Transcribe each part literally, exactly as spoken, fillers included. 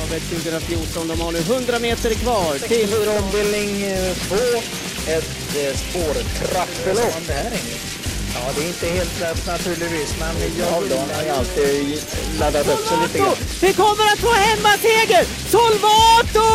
Travet tjugo fjorton. De har nu hundra meter kvar till omdelning två. Ett eh, spårtrappbelopp. Det här är inget. Ja, det är inte helt lätt naturligtvis, men jag har alltid laddat upp sig lite grann. Vi kommer att få hemmaseger! Solvato!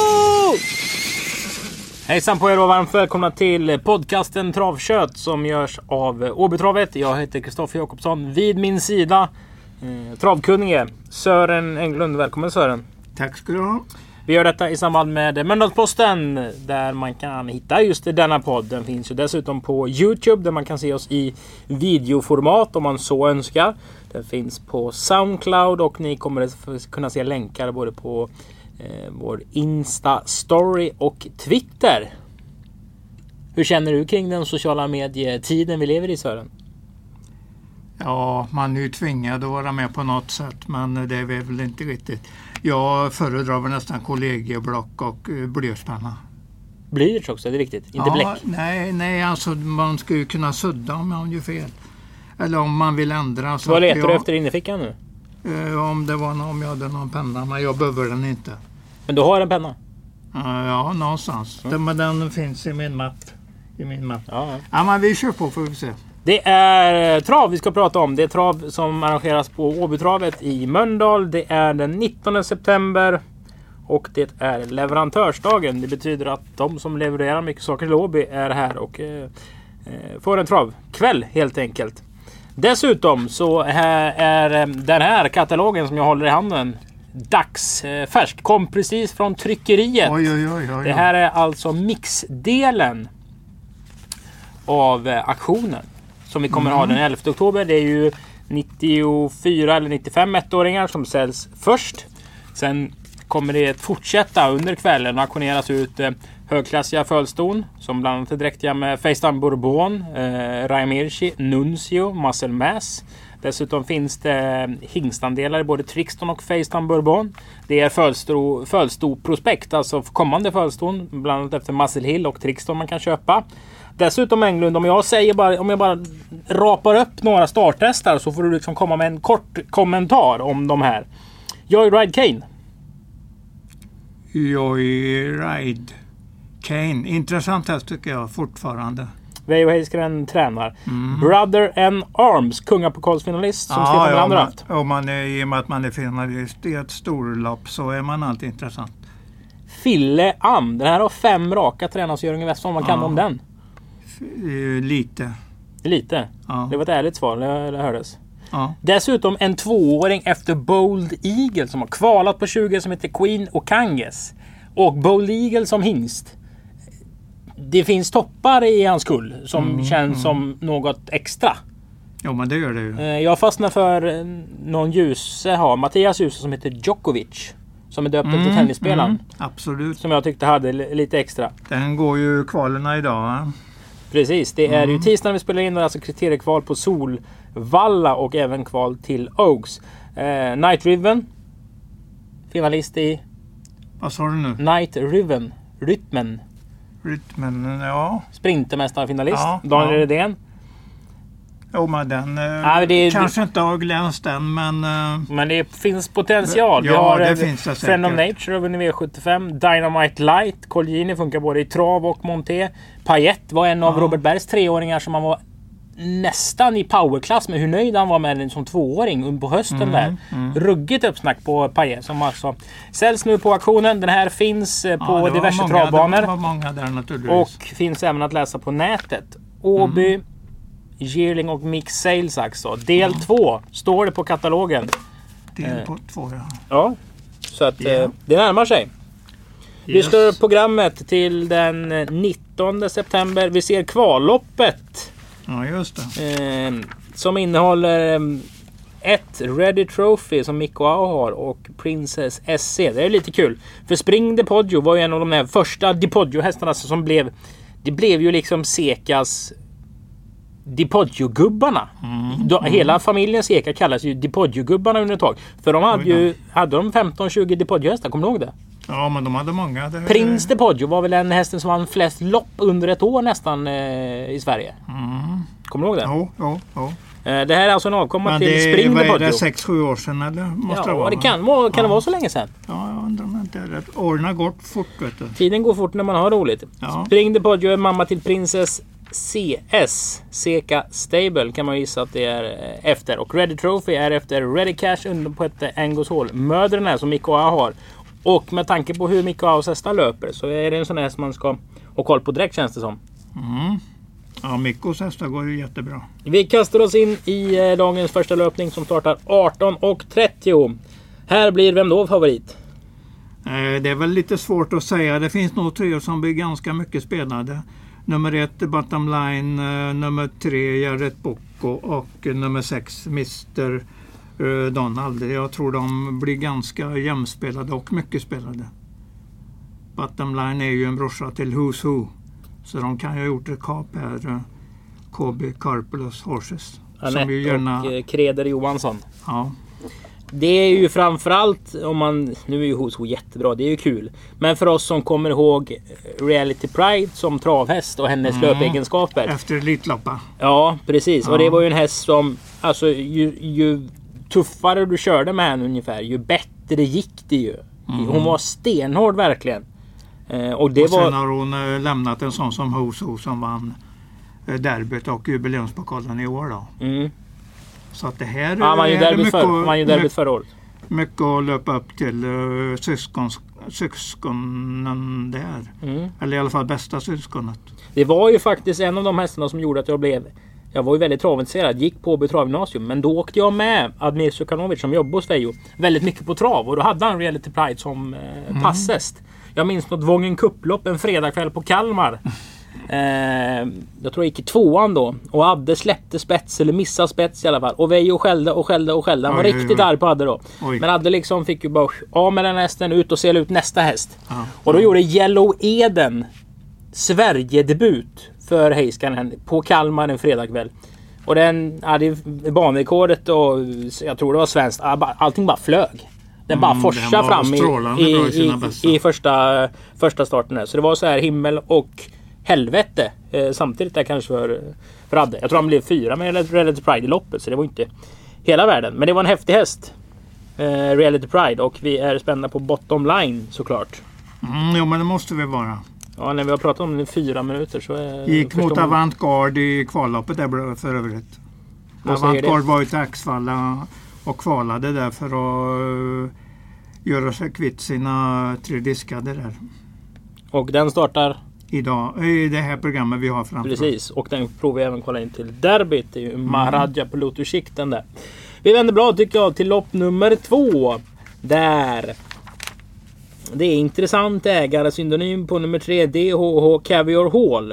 Hejsan på er och varmt välkomna till podcasten Travkött som görs av Åbytravet. Jag heter Kristoffer Jakobsson. Vid min sida eh, travkunnige Sören Englund. Välkommen Sören. Tack ska du ha. Vi gör detta i samband med Mölndalsposten där man kan hitta just denna podd. Den finns ju dessutom på YouTube där man kan se oss i videoformat om man så önskar. Den finns på Soundcloud och ni kommer att kunna se länkar både på eh, vår Insta-story och Twitter. Hur känner du kring den sociala medietiden vi lever i, Sören? Ja, man är ju tvingad att vara med på något sätt, men det är väl inte riktigt. Jag föredrar väl nästan kollegieblock och blyertspenna. Blyerts också, det är viktigt. Inte ja, bläck. Nej, nej, alltså man ska ju kunna sudda om man gör fel. Eller om man vill ändra. Så vad letar jag, du efter innefickan nu? Eh, om det var någon, om jag hade någon penna, men jag behöver den inte. Men du har en penna? Uh, ja, någonstans. Mm. Den, men den finns i min mapp. I min mapp. Ja, ja. Ja, men vi kör på för att se. Det är trav vi ska prata om. Det är trav som arrangeras på Åbytravet i Mölndal. Det är den nittonde september och det är leverantörsdagen. Det betyder att de som levererar mycket saker till Åby är här och eh, får en travkväll helt enkelt. Dessutom så här är den här katalogen som jag håller i handen dagsfärsk. Kom precis från tryckeriet. Oj, oj, oj, oj. Det här är alltså mixdelen av aktionen som vi kommer mm. ha den elfte oktober. Det är ju nittiofyra eller nittiofem ettåringar som säljs först. Sen kommer det fortsätta under kvällen och auktioneras ut eh, högklassiga följston som bland annat är dräktiga med Feistan Bourbon, eh, Raimirci, Nuncio, Muscle Mass. Dessutom finns det hingstandelar i både Trixton och Feistan Bourbon. Det är följsto, följsto prospekt, alltså kommande följston, bland annat efter Muscle Hill och Trixton man kan köpa. Dessutom Englund, om jag säger bara, om jag bara rapar upp några starttestar så får du liksom komma med en kort kommentar om de här. Joyride Kane. Joyride Kane. Intressant här tycker jag fortfarande. Veijo Heiskanen tränar. Mm. Brother and Arms, kungapokalsfinalist som ja, Stefan Melander ja, haft. Om man är, i och med att man är finalist i ett storlopp så är man alltid intressant. Fille Am. Den här har fem raka tränas Jörgen Westholm. Vad kan ja. om den? Lite. Lite? Ja. Det var ett ärligt svar, det, det hördes. Ja. Dessutom en tvååring efter Bold Eagle som har kvalat på tjugo som heter Queen och Kanges. Och Bold Eagle som hingst. Det finns toppar i hans kull som mm, känns mm. som något extra. Jo, men det gör det ju. Jag fastnar för någon ljuse har Mattias Ljuse som heter Djokovic. Som är döpt mm, efter tennisspelaren. Mm, absolut. Som jag tyckte hade lite extra. Den går ju kvalerna idag, va? Precis, det är mm. ju tisdagen vi spelar in och alltså kriteriekval på Solvalla och även kval till Oaks. Eh, Night Riven. Finalist i... Vad sa du nu? Night Riven. Rytmen. Rytmen, ja. Sprintermästarfinalist. Ja, ja. Daniel Redén. Jo, men den ja, det, kanske det, inte har glänst än, men... Men det finns potential. Ja, vi har det finns det Friend säkert. of Nature över V sjuttiofem. Dynamite Light. Colgjini funkar både i trav och monté. Payet var en av ja. Robert Bergs treåringar som han var nästan i powerklass med hur nöjd han var med den som tvååring på hösten mm, där. Mm. Ruggigt uppsnack på Payet som alltså säljs nu på auktionen. Den här finns på ja, diverse många, travbanor. Det var många där naturligtvis. Och finns även att läsa på nätet. Åby, mm. Yearling och Mix Sales alltså. Del två mm. står det på katalogen. Del på två, ja. Ja, så att yeah. eh, det närmar sig. Yes. Vi slår programmet till den nittonde september. Vi ser kvalloppet. Ja, just det. Eh, som innehåller eh, ett Ready Trophy som Mikko Au har och Princess S C. Det är lite kul. För Spring DiPoggio var ju en av de här första DiPoggio-hästarna som blev... Det blev ju liksom Sekas DiPoggio-gubbarna. Mm, mm. Hela familjen Seka kallas ju DiPoggio-gubbarna under ett tag. För de hade ju hade de femton tjugo DiPoggio-hästar, kommer du ihåg det? Ja, men de hade många. Det... Prins DiPoggio var väl en hästen som vann flest lopp under ett år nästan eh, i Sverige. Mm. Kommer du ihåg det? Jo, jo, jo. Eh, det här är alltså en avkomma men till det, Spring DiPoggio. Är det sex sju år sedan eller? Måste ja, det vara, det kan, må, kan ja. det vara så länge sedan? Ja, Det ordnar gott fort, vet du. Tiden går fort när man har roligt. Ja. Spring the Poggio är mamma till Princess C S. Seca Stable kan man gissa att det är efter. Och Ready Trophy är efter Ready Cash under på ett Angus Hall. Mödren är som Mikko A har. Och med tanke på hur Mikko A's hästar löper så är det en sån här som man ska ha koll på direkt, känns det som. Mm. Ja, Mikkos hästar går ju jättebra. Vi kastar oss in i eh, dagens första löpning som startar arton och trettio. Här blir vem då favorit? Eh, det är väl lite svårt att säga. Det finns nog tre som blir ganska mycket spelade. Nummer ett Bottom Line, eh, nummer tre Jared Bocco och eh, nummer sex mister eh, Donald. Jag tror de blir ganska jämspelade och mycket spelade. Bottom Line är ju en brorsa till Who's Who. Så de kan ju ha gjort ett kap här. Uh, K B Carpulus Horses. Anette som ju gärna... och uh, Kreder Johansson. Ja. Det är ju framförallt om man... Nu är ju Who's Who jättebra, det är ju kul. Men för oss som kommer ihåg Reality Pride som travhäst och hennes mm. löpegenskaper. Efter Elitloppa. Ja, precis. Ja. Och det var ju en häst som... Alltså ju, ju tuffare du körde med henne ungefär, ju bättre gick det ju. Mm. Hon var stenhård verkligen. Eh, och det och sen var... har hon eh, lämnat en sån som Who's Who som vann eh, derbyt och jubileumspokalen i år då. Mm. Så att det här ja, man är derbyt mycket, för, man derbyt förra året. Mycket att löpa upp till uh, syskon, syskonen där. Mm. Eller i alla fall bästa syskonet. Det var ju faktiskt en av de hästarna som gjorde att jag blev... Jag var ju väldigt travintresserad, gick på Åby travgymnasium, men då åkte jag med Admir Sukanovic som jobbade hos Vejo väldigt mycket på trav och då hade han Reality Pride som eh, mm. passhäst. Jag minns något Vången kupplopp en fredagkväll på Kalmar. Eh, jag tror jag gick i tvåan då och Adde släppte spets eller missade spets i alla fall. Och Vejo skällde och skällde och skällde. Han var oj, riktigt oj. arg på Adde då. Oj. Men Adde liksom fick ju bara av med den hästen ut och sela ut nästa häst. Ja. Och då gjorde Yellow Eden Sverigedebut för Heiskanen på Kalmar en fredagkväll. Och den hade banrekordet och jag tror det var svenskt. Allting bara flög. Den bara mm, forsade fram i, i, i, i första, första starten här. Så det var så här himmel och helvete eh, samtidigt där kanske för, för Adde. Jag tror han blev fyra med Reality Pride i loppet så det var inte hela världen. Men det var en häftig häst. Eh, Reality Pride och vi är spända på Bottom Line såklart. Mm, jo men det måste vi vara. Ja, när vi har pratat om det i fyra minuter så är... Gick mot man... Avantgarde i kvalloppet där för övrigt. Avantgarde var ju till Axvalla och kvalade där för att uh, göra sig kvitt sina tre diskade där. Och den startar? Idag, i det här programmet vi har framför. Precis, och den provar vi även kolla in till derbyt. Det är ju mm. Maharaja på Lotusikten där. Vi vänder blad tycker jag till lopp nummer två. Där... Det är intressant ägare synonym på nummer tre D H H Caviar Hall.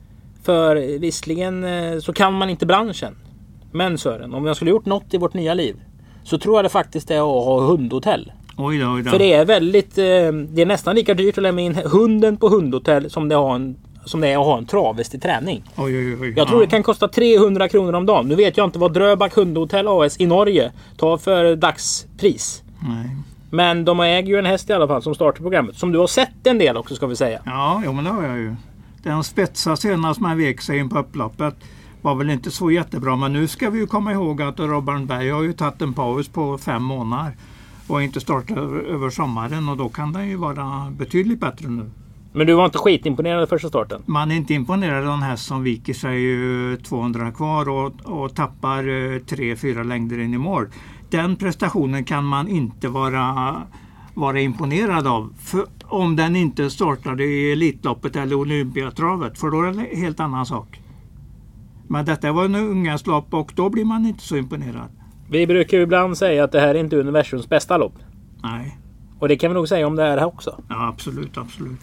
För visserligen så kan man inte branschen. Men Sören, om jag skulle gjort något i vårt nya liv så tror jag det faktiskt är att ha hundhotell. Oj då, oj då. För det är väldigt, det är nästan lika dyrt att lämna in hunden på hundhotell som det, har en, som det är att ha en travest i träning. Oj, oj, oj. Jag tror det kan kosta trehundra kronor om dagen. Nu vet jag inte vad Dröback hundhotell A S i Norge tar för dagspris. Nej. Men de äger ju en häst i alla fall som startar programmet. Som du har sett en del också ska vi säga. Ja, jo, men det har jag ju. Den spetsade senast man vek sig in på upploppet var väl inte så jättebra. Men nu ska vi ju komma ihåg att Robban Berg har ju tagit en paus på fem månader. Och inte startat över sommaren. Och då kan den ju vara betydligt bättre nu. Men du var inte skitimponerad första starten? Man är inte imponerad av en häst som viker sig tvåhundra kvar och, och tappar tre fyra längder in i mål. Den prestationen kan man inte vara, vara imponerad av för, om den inte startade i Elitloppet eller Olympiatravet, för då är det en helt annan sak. Men detta var en ungaslopp och då blir man inte så imponerad. Vi brukar ju ibland säga att det här är inte universums bästa lopp. Nej. Och det kan vi nog säga om det här också. Ja, absolut, absolut.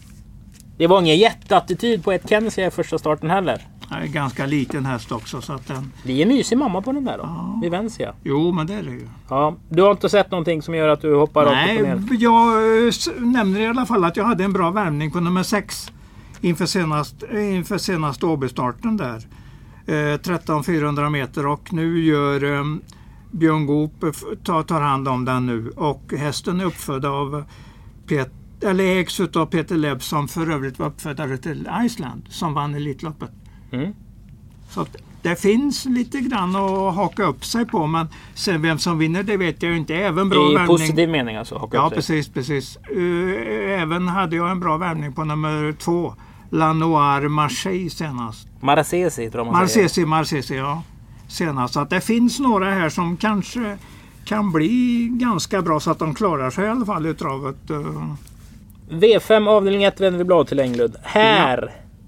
Det var ingen jätteattityd på ett Kenzie i första starten heller. Nej, ganska liten häst också. Så att den... Det är en mysig mamma på den där då. Ja. Vi vänster, ja. Jo, men det är det ju. Ja. Du har inte sett någonting som gör att du hoppar Nej, upp och ner? Jag äh, nämner i alla fall att jag hade en bra värmning på nummer sex inför senast, inför senaste Åby-starten där. Eh, tretton fyrahundra meter och nu gör eh, Björn Goop tar, tar hand om den nu. Och hästen är uppfödd av Pet eller ägs av Peter Leb som för övrigt var uppfödare till Iceland som vann Elitloppet. Mm. Så att det finsk lite grann att haka upp sig på, men sen vem som vinner det vet jag ju inte. Även bra I värvning. positiv mening alltså. Haka Ja, upp sig. precis, precis. Uh, även hade jag en bra värvning på nummer två. Lanoir Marseille senast. Marcesi tror man Marcesi, Marcesi, ja. Senast. Så att det finns några här som kanske kan bli ganska bra så att de klarar sig i alla fall i travet. Uh. V fem avdelning ett vänder vi blad till Änglund. Här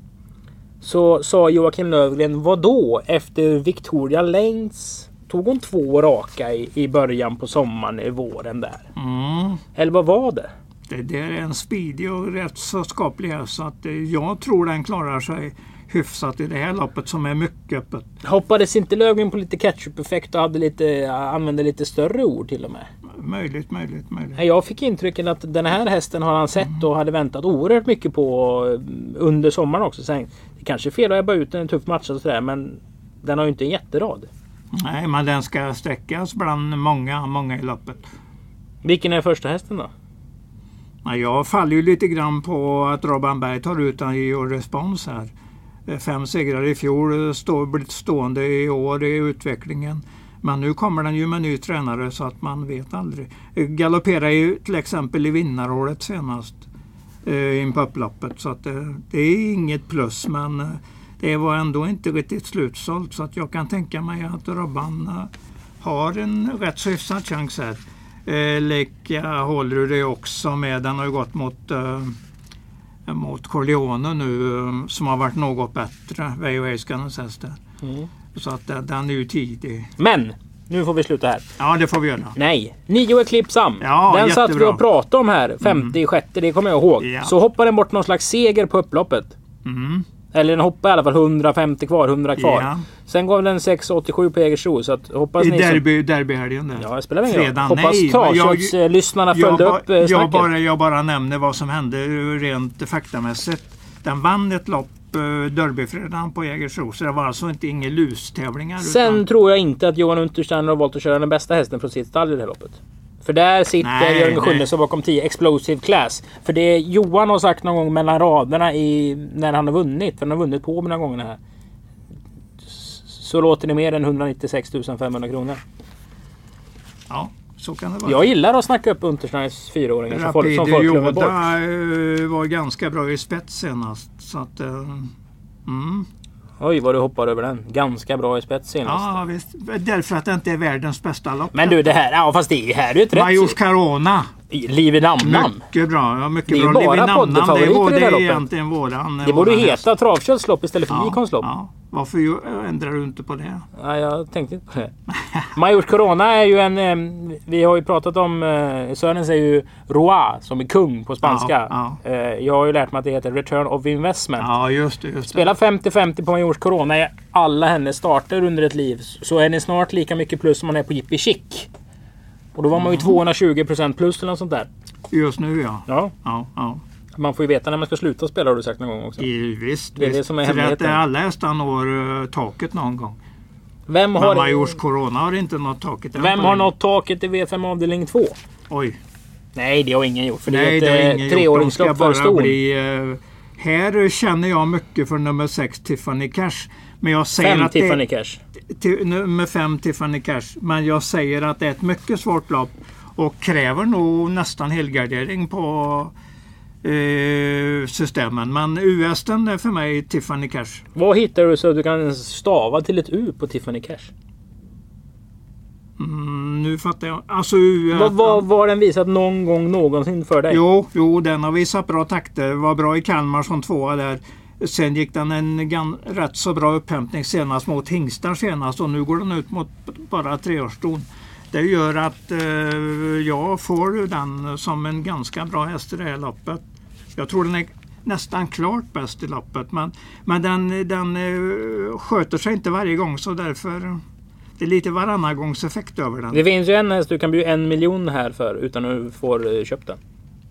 så sa Joakim Lövgren, vad då? Efter Victoria Lanes tog hon två raka i, i början på sommaren, i våren där. Mm. Eller vad var det? Det där är en speedig och rätt så skaplig här, så att eh, jag tror den klarar sig hyfsat i det här loppet som är mycket öppet. Hoppades inte Lövgren på lite catch-up-effekt och hade lite, använde lite större ord till och med? Möjligt, möjligt, möjligt. Jag fick intrycket att den här hästen har han sett och hade väntat oerhört mycket på under sommaren också. Sen, det kanske är fel att ebba ut en tuff match och sådär, men den har ju inte en jätterad. Nej, men den ska sträckas bland många, många i loppet. Vilken är första hästen då? Ja, jag faller ju lite grann på att Robban Berg tar ut en Your Response här. Fem segrar i fjol, stå, blivit stående i år i utvecklingen. Men nu kommer den ju med ny tränare så att man vet aldrig. Galopperar ju till exempel i vinnarhålet senast eh, in på upploppet. Så att det, det är inget plus, men eh, det var ändå inte riktigt slutsålt. Så att jag kan tänka mig att Robban eh, har en rätt så hyfsad chans här. Eh, Leka håller du det också med. Den har ju gått mot... Eh, mot Corleone nu som har varit något bättre. Veijoeiskanens hästar. Mm. Så att den är ju tidig. Men nu får vi sluta här. Ja, det får vi göra. Nej, nio Eclipsam. Ja, den jättebra. satt vi och pratade om här. femte mm. sjätte, det kommer jag ihåg. Ja. Så hoppade den bort någon slags seger på upploppet. Mm. Eller den hoppade i alla fall hundrafemtio kvar, hundra kvar. Ja. Sen gav den sex åttiosju på Jägersro. Så att hoppas I ni derby, som... derbyhelgen där. Ja, det spelar ingen roll. Hoppas travköttslyssnarna följde jag, upp snacket. Jag bara, jag bara nämner vad som hände rent faktamässigt. Den vann ett lopp derbyfredagen på Jägersro. Så det var alltså inte inga lustävlingar. Sen utan... tror jag inte att Johan Untersteiner har valt att köra den bästa hästen från sitt stall i det här loppet. För där sitter Jörgen Sjunnesson bakom tio Explosive Class. För det Johan har sagt någon gång mellan raderna i, när han har vunnit. För han har vunnit på några gånger här. Så låter det mer än hundranittiosex tusen femhundra kronor. Ja, så kan det vara. Jag gillar att snacka upp Untersteiners fyraåringar som folk, som folk glömmer bort. Rapid var ganska bra i spets senast. Så att... Uh, mm. Oj, vad du hoppar över den. Ganska bra i spets senast. Ja, visst. Därför att det inte är världens bästa lopp. Men du, det här... Ja, fast det här är ju ett rätt... Majors Carona. Liv i namnnamn. Mycket bra. Ja, mycket det är bra. ju bara poddfavoriter i det här loppet. Egentligen våran, det borde ju heta Travköttslopp istället för ja, Vikonslopp. Ja. Varför ändrar du inte på det? Ja, jag tänkte inte på det. Majors Corona är ju en... Eh, vi har ju pratat om... Eh, Sören säger ju Roi som är kung på spanska. Ja, ja. Eh, jag har ju lärt mig att det heter Return of Investment. Ja, just det. Just det. Spela femtio femtio på Majors Corona i alla hennes starter under ett liv. Så är ni snart lika mycket plus som man är på Jippi Chic. Och då var man ju mm. tvåhundratjugo procent plus eller något sånt där. Just nu, ja. Ja. Ja, ja. Man får ju veta när man ska sluta spela, har du sagt någon gång också. I, visst, det är visst. det som är hemligheten. Alla hästar når uh, taket någon gång. Vem har... Majors Corona har inte nått taket. Vem har nått taket i V fem avdelning två? Oj. Nej, det har ingen gjort. För Nej, det är ett treåringslopp för ston. Bli, uh, här känner jag mycket för nummer sex Tiffany Cash. Men jag säger fem att Tiffany det, Cash. T- nummer fem Tiffany Cash. Men jag säger att det är ett mycket svårt lopp. Och kräver nog nästan helgardering på eh, systemen. Men U S-den är för mig Tiffany Cash. Vad hittar du så att du kan stava till ett U på Tiffany Cash? Mm, nu fattar jag. Alltså U S... Vad var, var den visat någon gång någonsin för dig? Jo, jo, den har visat bra takter. Var bra i Kalmar som tvåa där. Sen gick den en gan, rätt så bra upphämtning senast mot hingstar senast. Och nu går den ut mot bara treårsston. Det gör att eh, jag får den som en ganska bra häst i det här loppet. Jag tror den är nästan klart bäst i loppet. Men, men den, den eh, sköter sig inte varje gång, så därför det är lite varannan gångs effekt över den. Det finns ju en häst du kan bli en miljon här för utan att du får eh, köpt den.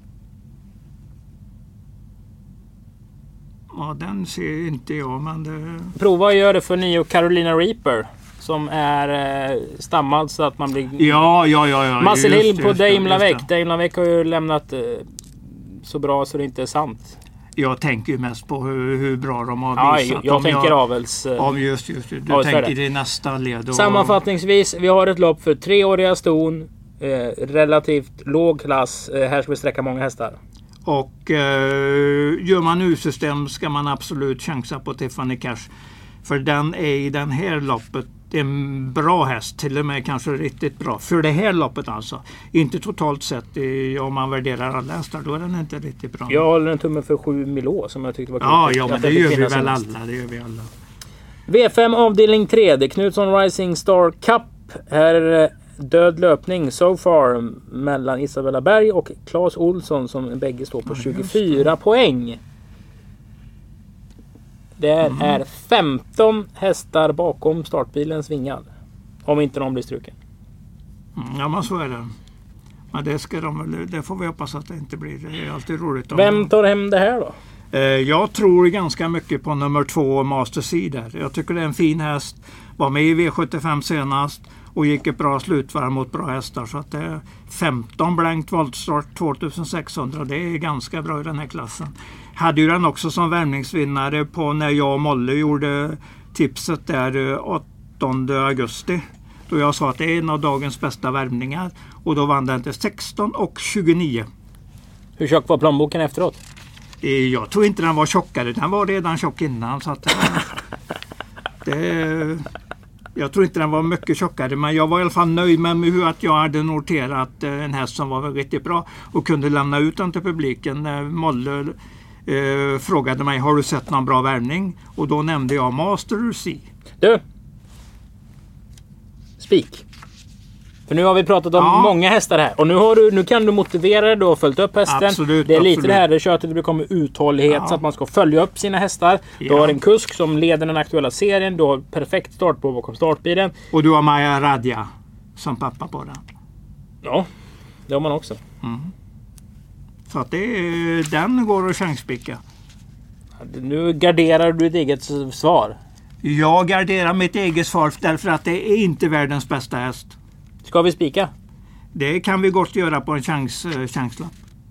Ja, den ser inte jag, men det... Prova att göra det för nio Carolina Reaper. Som är eh, stammad så att man blir... Ja, ja, ja. ja. Muscle Hill på Dame Lavec. Dame Lavec har ju lämnat eh, så bra så det inte är sant. Jag tänker ju mest på hur, hur bra de har Ja, visat. jag Om tänker avels... eh, Om just, just du Ja, tänker i nästa led. Och, Sammanfattningsvis, vi har ett lopp för treåriga ston. Eh, relativt låg klass. Eh, här ska vi sträcka många hästar. och eh, gör man U-system ska man absolut chansa på Tiffany Cash. För den är i den här loppet en bra häst, till och med kanske riktigt bra. För det här loppet alltså. Inte totalt sett, i, om man värderar alla hästar, då är den inte riktigt bra. Jag håller en tumme för sju Milå som jag tyckte var Ja, kul. ja, men Att det jag fick gör vi vinna väl senast. alla. Det gör vi alla. V fem avdelning tre, det är Knutsson Rising Star Cup. Här är det död löpning so far mellan Isabella Berg och Claes Olsson som bägge står på tjugofyra poäng. Det Mm. är femton hästar bakom startbilens vingar. Om inte någon blir struken. Mm, ja, men så är det. Men det, ska de, väl- det får vi hoppas att det inte blir. Det är alltid roligt. om- Vem tar hem det här då? Eh, Jag tror ganska mycket på nummer två, Master C där. Jag tycker det är en fin häst. Var med i V sjuttiofem senast och gick ett bra slutvarv mot bra hästar. Så att det är femton blankt voltstart tvåtusensexhundra. Det är ganska bra i den här klassen. Hade ju den också som värmningsvinnare på när jag och Molle gjorde tipset där eh, åttonde augusti. Då jag sa att det är en av dagens bästa värmningar. Och då vann den till sexton och tjugonio. Hur tjock var plånboken efteråt? Eh, Jag tror inte den var tjockare. Den var redan tjock innan. Så att det, det, jag tror inte den var mycket tjockare. Men jag var i alla fall nöjd med hur att jag hade noterat eh, en häst som var riktigt bra. Och kunde lämna ut den till publiken. När Molle eh, frågade mig, har du sett någon bra värmning? Och då nämnde jag Master C. Du! Spik. För nu har vi pratat om Ja. många hästar här. Och nu, har du, nu kan du motivera dig. Du har följt upp hästen. Absolut, det är lite absolut. det här det köttet det kommer uthållighet. Ja. Så att man ska följa upp sina hästar. Du Ja. har en kusk som leder den aktuella serien. Du har perfekt start på bakom startbilen. Och du har Maja Radja som pappa på den. Ja, det har man också. Så att det, är- den går att chanspicka. Nu garderar du ditt eget s- svar. Jag garderar mitt eget svar därför att det är inte världens bästa häst. Ska vi spika? Det kan vi gott göra på en chans, eh, chanslapp.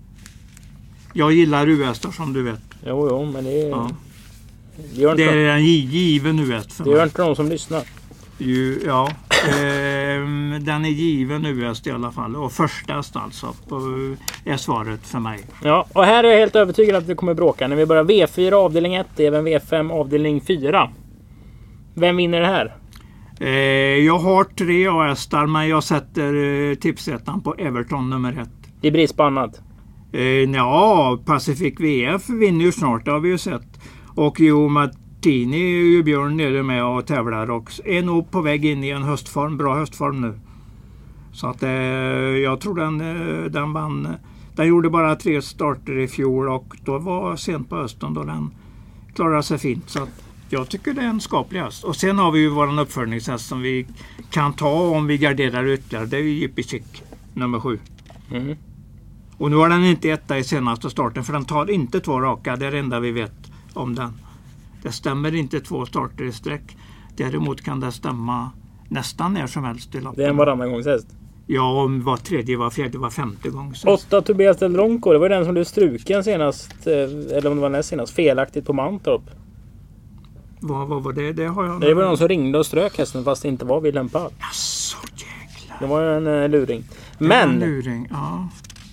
Jag gillar U-hästar som du vet. Jo, jo, men det är... Ja. Det gör Det inte, är en gi- given U-häst för det gör mig. inte de som lyssnar. Ju, ja, ehm, den är given U-häst i alla fall. Och första häst alltså på, är svaret för mig. Ja, och här är jag helt övertygad att vi kommer bråka. När vi börjar V fyra avdelning ett, även V fem avdelning fyra. Vem vinner det här? Eh, jag har tre A-hästar men jag sätter eh, tipsettan på Everton nummer ett. I brist på annat. Eh, ja, Pacific V F vinner ju snart, det har vi ju sett. Och Jo Martini är ju Björn nere med och tävlar och är nog på väg in i en höstform, bra höstform nu. Så att eh, jag tror den, eh, den vann. Den gjorde bara tre starter i fjol och då var sent på hösten då den klarade sig fint. Så att jag tycker det är en skaplig häst. Och sen har vi ju våran uppföljningshäst som vi kan ta om vi garderar ytterligare. Det är ju Jippie Chick nummer sju. Mm. Och nu har den inte etta i senaste starten för den tar inte två raka. Det är det enda vi vet om den. Det stämmer inte två starter i sträck. Däremot kan det stämma nästan när som helst i loppen. Det är en varannan gångs häst. Ja, om var tredje, var fjärde, var femte gång. Så. Åtta Tobias Del Ronco. Det var den som blev struken senast. eh, Eller om det var näst senast. Felaktigt på Mantorp. Vad, vad var det? Det har jag... Det var någon som ringde och strök hästen fast det inte var Wilhelm Pall. Jaså, jäklar. Det var ju en uh, luring. Det var en Men luring, ja.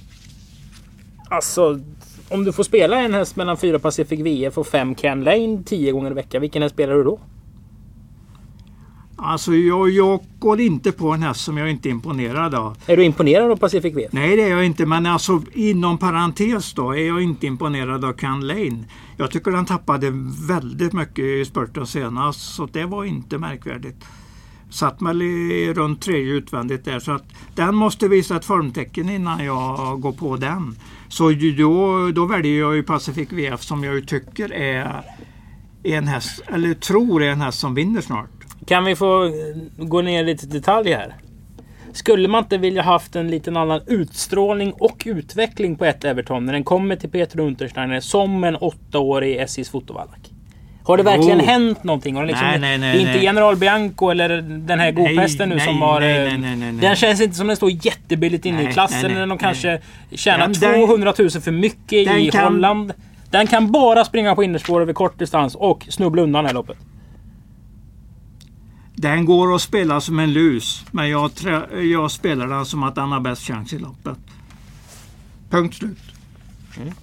alltså. Om du får spela en häst mellan fyra Pacific V F och fem Can Lane tio gånger i veckan. Vilken häst spelar du då? Alltså jag, jag går inte på en häst som jag inte är imponerad av. Är du imponerad av Pacific V F? Nej, det är jag inte. Men alltså inom parentes då är jag inte imponerad av Can Lane. Jag tycker den tappade väldigt mycket i spurten senast. Så det var inte märkvärdigt. Satt väl i runt tre utvändigt där. Så att den måste visa ett formtecken innan jag går på den. Så då, då väljer jag ju Pacific V F som jag ju tycker är en häst. Eller tror är en häst som vinner snart. Kan vi få eh, gå ner lite i detalj här? Skulle man inte vilja haft en liten annan utstrålning och utveckling på ett Everton när den kommer till Peter Untersteiner som en åttaårig S J:s fotovallack? Har det verkligen Oh. hänt någonting? Har det liksom, Nej, nej, nej, det är inte nej. General Bianco eller den här godhästen nu nej, som har... nej, eh, nej, nej, nej, nej. Den känns inte som den står jättebilligt inne Nej, i klassen. nej, nej, Eller de nej. kanske tjänar Den- den- tvåhundratusen för mycket den i kan- Holland. Den kan bara springa på innerspår över kort distans och snubbla undan här loppet. Den går att spela som en lus, men jag, trä- jag spelar den som att den har bäst chans i loppet. Punkt slut. Mm.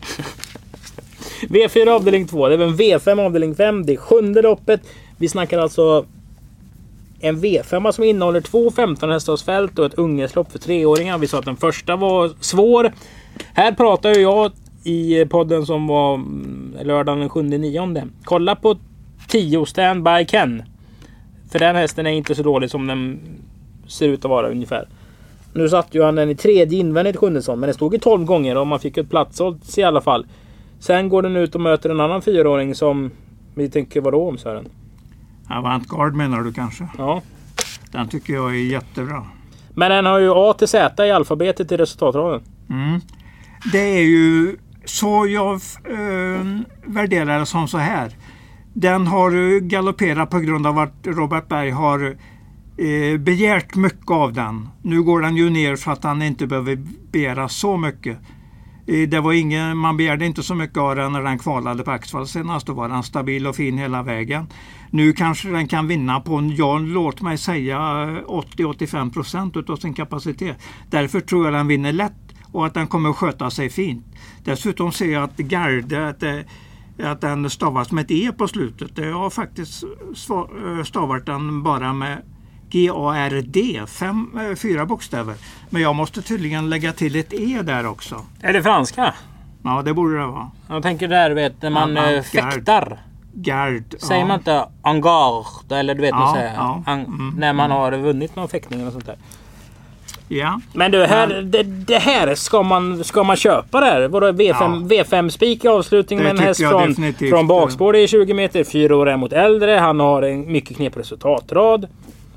V fyra avdelning två, det är en V fem avdelning fem, det är sjunde loppet. Vi snackar alltså en V fem som innehåller två femton hästars fält och ett ungeslopp för treåringar. Vi sa att den första var svår. Här pratar ju jag i podden som var lördagen den sjunde nionde. Kolla på tio Stand by Ken. För den hästen är inte så dålig som den ser ut att vara ungefär. Nu satt ju han den i tredje invändigt sjunde sån, men det stod i tolv gånger och man fick ett platsålt i alla fall. Sen går den ut och möter en annan fyraåring som vi tänker vadå om Sören? Avantgarde menar du kanske? Ja. Den tycker jag är jättebra. Men den har ju A till Z i alfabetet i resultatraden. Mm. Det är ju så jag äh, värderar det som så här. Den har galopperat på grund av att Robert Berg har äh, begärt mycket av den. Nu går den ju ner så att han inte behöver begära så mycket. Äh, det var ingen, man begärde inte så mycket av den när den kvalade på Axvall senast. Då var den stabil och fin hela vägen. Nu kanske den kan vinna på, jag låt mig säga, åttio till åttiofem procent av sin kapacitet. Därför tror jag den vinner lätt och att den kommer att sköta sig fint. Dessutom ser jag att Garde, att, det, att den stavas med ett E på slutet. Jag har faktiskt stavat den bara med G A R D, fem, fyra bokstäver. Men jag måste tydligen lägga till ett E där också. Är det franska? Ja, det borde det vara. Jag tänker där, vet när man ja, fäktar. Gard, säger ja. man inte en garde eller du vet ja, man säger ja. An- mm, när man mm. har vunnit någon fäktning eller sånt där. Ja. Men du, här, Men, det, det här ska man, ska man köpa det här? Vadå V fem, ja. V fem spik i avslutning Det med en häst tycker jag från, definitivt. från bakspår. Det är tjugo meter, fyra år är mot äldre. Han har en mycket knepig resultatrad.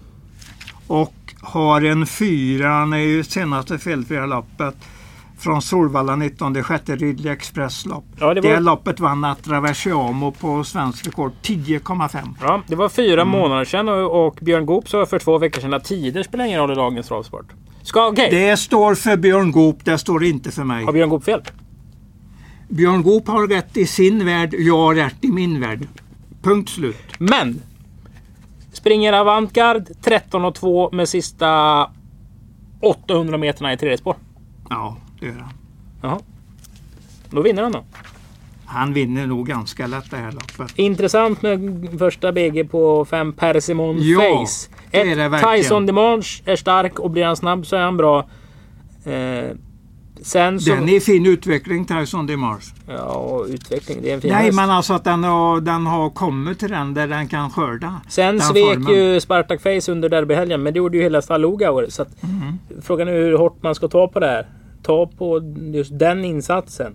Och har en fyra, han är ju senaste felfria loppet från Solvalla nittonde sjätte Ridley Express-lopp. Ja, det, var... det loppet vann Attraversiamo på svensk rekord tio komma fem. Ja, det var fyra Mm. månader sedan och, och Björn Goop sa för två veckor sedan att tider spelar ingen roll i dagens travsport. Ska, okay. Det står för Björn Goop, det står inte för mig. Har Björn Goop fel? Björn Goop har rätt i sin värld, jag har rätt i min värld. Punkt slut. Men springer Avantgarde tretton och två med sista åttahundra meterna i tredje spår. Ja, det gör han. Jaha. Då vinner han då. Han vinner nog ganska lätt det här loppet. Intressant med första B G på fem Persimmon Ja, Face. det är det Ett, verkligen. Tyson Demange är stark och blir han snabb så är han bra. Eh, sen så... Den är fin utveckling, Tyson Demarche. Ja, och utveckling. Det är en fin Nej, häst. men alltså att den har, den har kommit till den där den kan skörda. Sen den svek formen. ju Spartak Face under derbyhelgen, men det gjorde ju hela Stallogauer. Så att Mm. frågan är hur hårt man ska ta på det här. Ta på just den insatsen.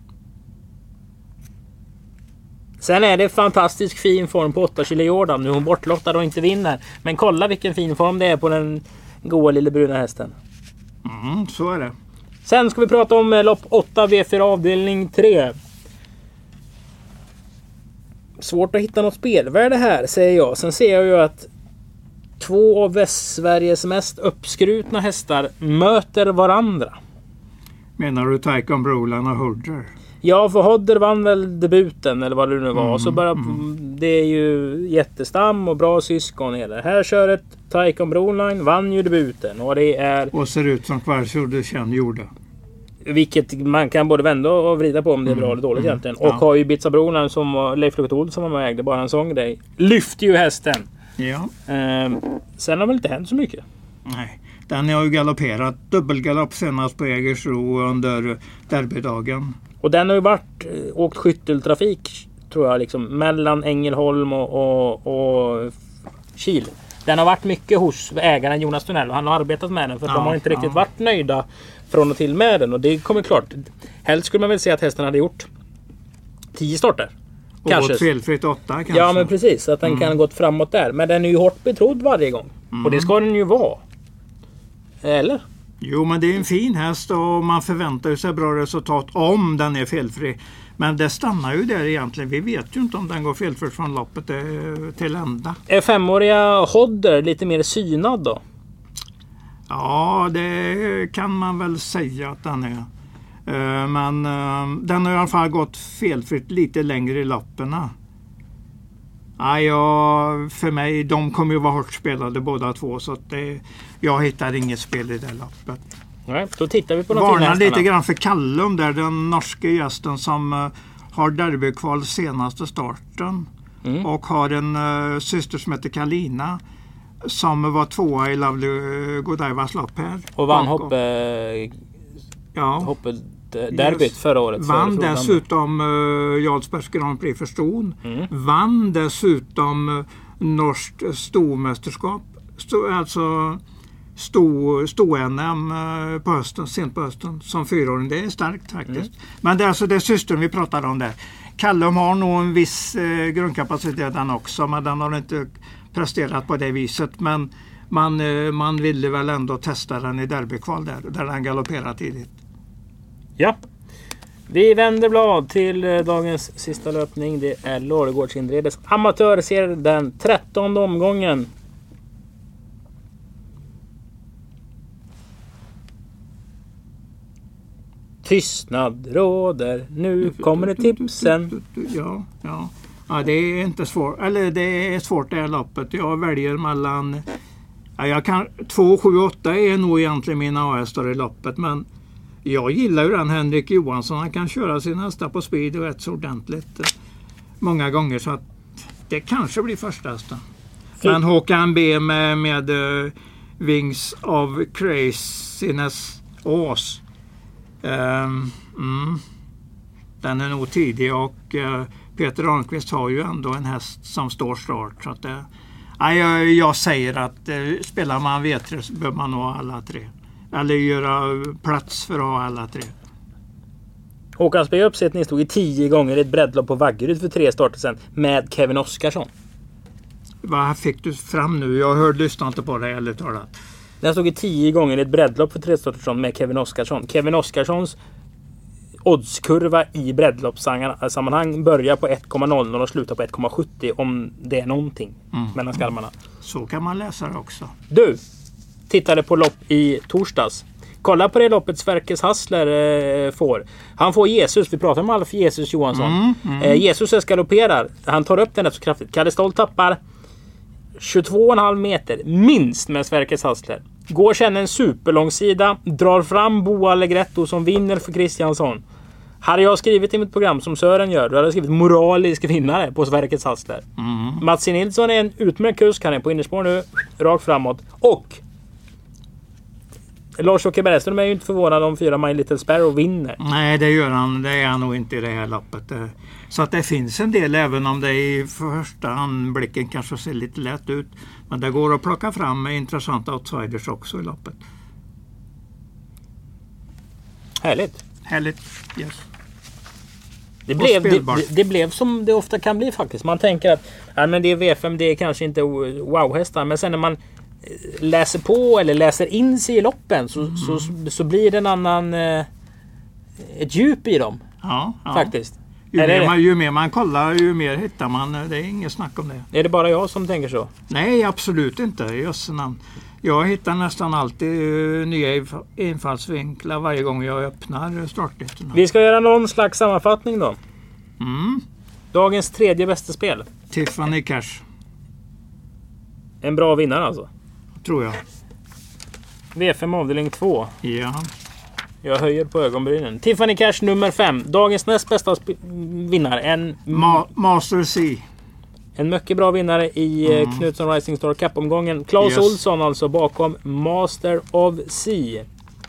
Sen är det fantastisk fin form på åtta kilo Jordan. Nu är hon bortlottad och inte vinner. Men kolla vilken fin form det är på den goa lilla bruna hästen. Mm, så är det. Sen ska vi prata om lopp åtta V fyra avdelning tre. Svårt att hitta något spelvärde här, säger jag. Sen ser jag ju att två av Västsveriges mest uppskrutna hästar möter varandra. Menar du Tycoon Brolan och Hodder? Ja, för Hodder vann väl debuten eller vad det nu var. Mm, Så bara, mm. det är ju jättestam och bra syskon i det. Här kör ett Tycoon Broline, vann ju debuten. Och det är... Och ser ut som Kvarsjorde Känn gjorde. Vilket man kan både vända och vrida på om det är bra eller dåligt mm, egentligen. ja. Och har ju Bitsa Broline som var Leif Loket Olsson som var med ägde, bara en sån grej. Lyfter ju hästen. Ja. Ehm, sen har väl inte hänt så mycket. Nej. Den har ju galopperat. Dubbelgalopp senast på Jägersro under derbydagen. Och den har ju varit eh, åkt skytteltrafik tror jag liksom mellan Ängelholm och, och, och Kil. Den har varit mycket hos ägaren Jonas Tunnell och han har arbetat med den för Ja, de har inte riktigt ja. varit nöjda från och till med den. Och det kommer klart. Helst skulle man väl se att hästen hade gjort tio starter. Och Kanske. gått felfritt åtta kanske. Ja men precis, så att den Mm. kan ha gått framåt där. Men den är ju hårt betrodd varje gång. Mm. Och det ska den ju vara. Eller? Jo, men det är en fin häst och man förväntar ju sig bra resultat om den är felfri. Men det stannar ju där egentligen. Vi vet ju inte om den går felfri från loppet till ända. Är femåriga Hodder lite mer synad då? Ja, det kan man väl säga att den är. Uh, men uh, den har i alla fall gått felfritt lite längre i lopperna. Ja, jag, för mig, de kommer ju vara hårt spelade båda två, så att det, jag hittar inget spel i det loppet. Nej, då tittar vi på de varnar lite grann för Callum där, den norska gästen som uh, har derbykval senaste starten mm. och har en uh, syster som heter Kalina som var tvåa i Lovely uh, Godievas lopp här. Och vann hoppe, ja. hoppet derbyt yes. förra året. Vann dessutom uh, Jarlsbergs Grand Prix för ston. Mm. Vann dessutom uh, norskt stormästerskap. Sto, alltså sto, sto-N M uh, på hösten, sent på hösten som fyraåring. Det är starkt faktiskt. Mm. Men det är alltså det är systern vi pratar om där. Callum har nog en viss uh, grundkapacitet den också, men den har inte presterat på det viset. Men man, uh, man ville väl ändå testa den i derbykval där, där den galopperar tidigt. Ja, vi vänder blad till dagens sista löpning. Det är Lårgårdsinredes amatörserie, den trettonde omgången. Tystnad råder, nu kommer det tipsen. Ja, ja. Ja, det är inte svårt. Eller det är svårt det här loppet. Jag väljer mellan... Ja, jag kan, två, sju, åtta är nog egentligen mina A-hästar i loppet, men jag gillar ju den Henrik Johansson. Han kan köra sin hästar på speed och rätt så ordentligt många gånger, så att det kanske blir första hästen. Men Håkan B med, med uh, Wings of Craziness Ås. Um, mm, den är nog tidig och uh, Peter Arnqvist har ju ändå en häst som står start. Så att, uh, jag, jag säger att uh, spelar man V tre så behöver man ha alla tre. Eller göra plats för att ha alla tre. Håkans B-uppsättning stod i tio gånger i ett breddlopp på Vaggeryd för tre starter sedan med Kevin Oskarsson. Vad fick du fram nu? Jag hörde lyssna inte på det eller talat. Den stod i tio gånger i ett breddlopp för tre starter sedan med Kevin Oskarsson. Kevin Oskarssons oddskurva i breddloppssammanhang börjar på ett komma noll noll och slutar på ett komma sjuttio om det är någonting mm. mellan skalmarna. Så kan man läsa det också. Du tittade på lopp i torsdags. Kolla på det loppet Sverkes Hassler eh, får. Han får Jesus. Vi pratar om Alf Jesus Johansson. Mm, mm. Eh, Jesus eskaloperar. Han tar upp den rätt så kraftigt. Kalle Stoll tappar tjugotvå komma fem meter minst med Sverkes Hassler. Går sen en superlång sida. Drar fram Bo Allegretto som vinner för Kristiansson. Hade jag skrivit i mitt program som Sören gör, då hade jag skrivit moralisk vinnare på Sverkes Hassler. Mm. Mats Nilsson är en utmärkt kusk. Han är på innerspår nu. Rakt framåt. Och Lars-Åke Bergström är ju inte förvånad om fyra My Little Sparrow vinner. Nej, det gör han. Det är han nog inte i det här loppet. Så att det finns en del, även om det i första anblicken kanske ser lite lätt ut. Men det går att plocka fram med intressanta outsiders också i loppet. Härligt. Härligt, yes. Det blev, det, det, det blev som det ofta kan bli faktiskt. Man tänker att ja, men det är V fem, det är kanske inte wow-hästar. Men sen när man läser på eller läser in sig i loppen så, mm. så, så blir det en annan eh, ett djup i dem. Ja, ja. Faktiskt. Ju mer, man, ju mer man kollar, ju mer hittar man. Det är inget snack om det. Är det bara jag som tänker så? Nej, absolut inte. Just namn. Jag hittar nästan alltid uh, nya infallsvinklar varje gång jag öppnar startlistorna. Vi ska göra någon slags sammanfattning då. Mm. Dagens tredje bästa spel. Tiffany Cash. En bra vinnare alltså? Tror jag. V fem avdelning två. Ja. Jag höjer på ögonbrynen. Tiffany Cash nummer fem. Dagens näst bästa sp- vinnare. En Ma- Master C. En mycket bra vinnare i mm. Knutsson Rising Star Cup-omgången. Claes yes. Olsson alltså bakom Master of Sea.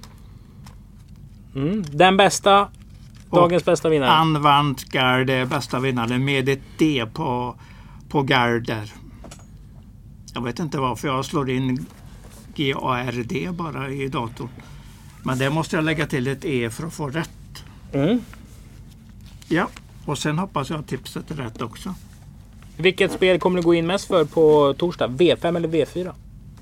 Mm. Den bästa. Dagens och bästa vinnare. Anvant Gard är bästa vinnare med ett D på, på Gard där. Jag vet inte varför jag slår in G A R D bara i datorn. Men det måste jag lägga till ett E för att få rätt. Mm. Ja, och sen hoppas jag att tipset är rätt också. Vilket spel kommer du gå in mest för på torsdag? V fem eller V fyra?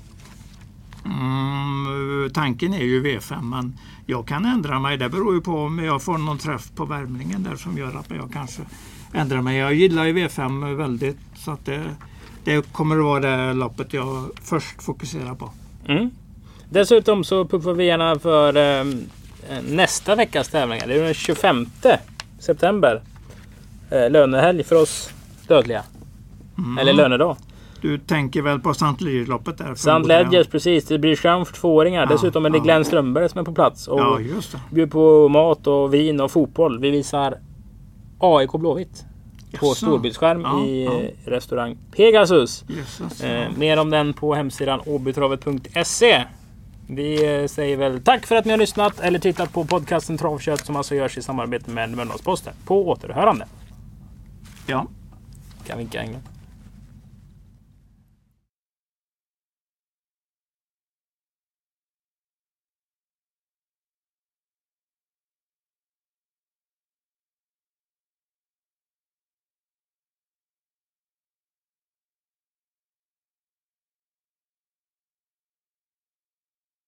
Mm, tanken är ju V fem, men jag kan ändra mig. Det beror ju på om jag får någon träff på värmningen där som gör att jag kanske ändrar mig. Jag gillar ju V fem väldigt, så att det, det kommer att vara det loppet jag först fokuserar på. Mm. Dessutom så puffar vi gärna för eh, nästa veckas tävlingar. Det är den tjugofemte september. Eh, lönehelg för oss dödliga. Mm. Eller lönedag. Du tänker väl på Saint Ledgers-loppet där? Saint Ledgers, precis. Det blir chans för tvååringar. Ja, Dessutom är det Glenn Strömberg som är på plats. Och ja, just det. bjuder på mat och vin och fotboll. Vi visar A I K Blåvitt på Jaså. storbildsskärm Ja, i ja. restaurang Pegasus. Jesus, eh, ja. mer om den på hemsidan åbytravet punkt se. Vi eh, säger väl tack för att ni har lyssnat eller tittat på podcasten Travkött som alltså görs i samarbete med Mölndalsposten. På återhörande. Ja. Kan vinka England.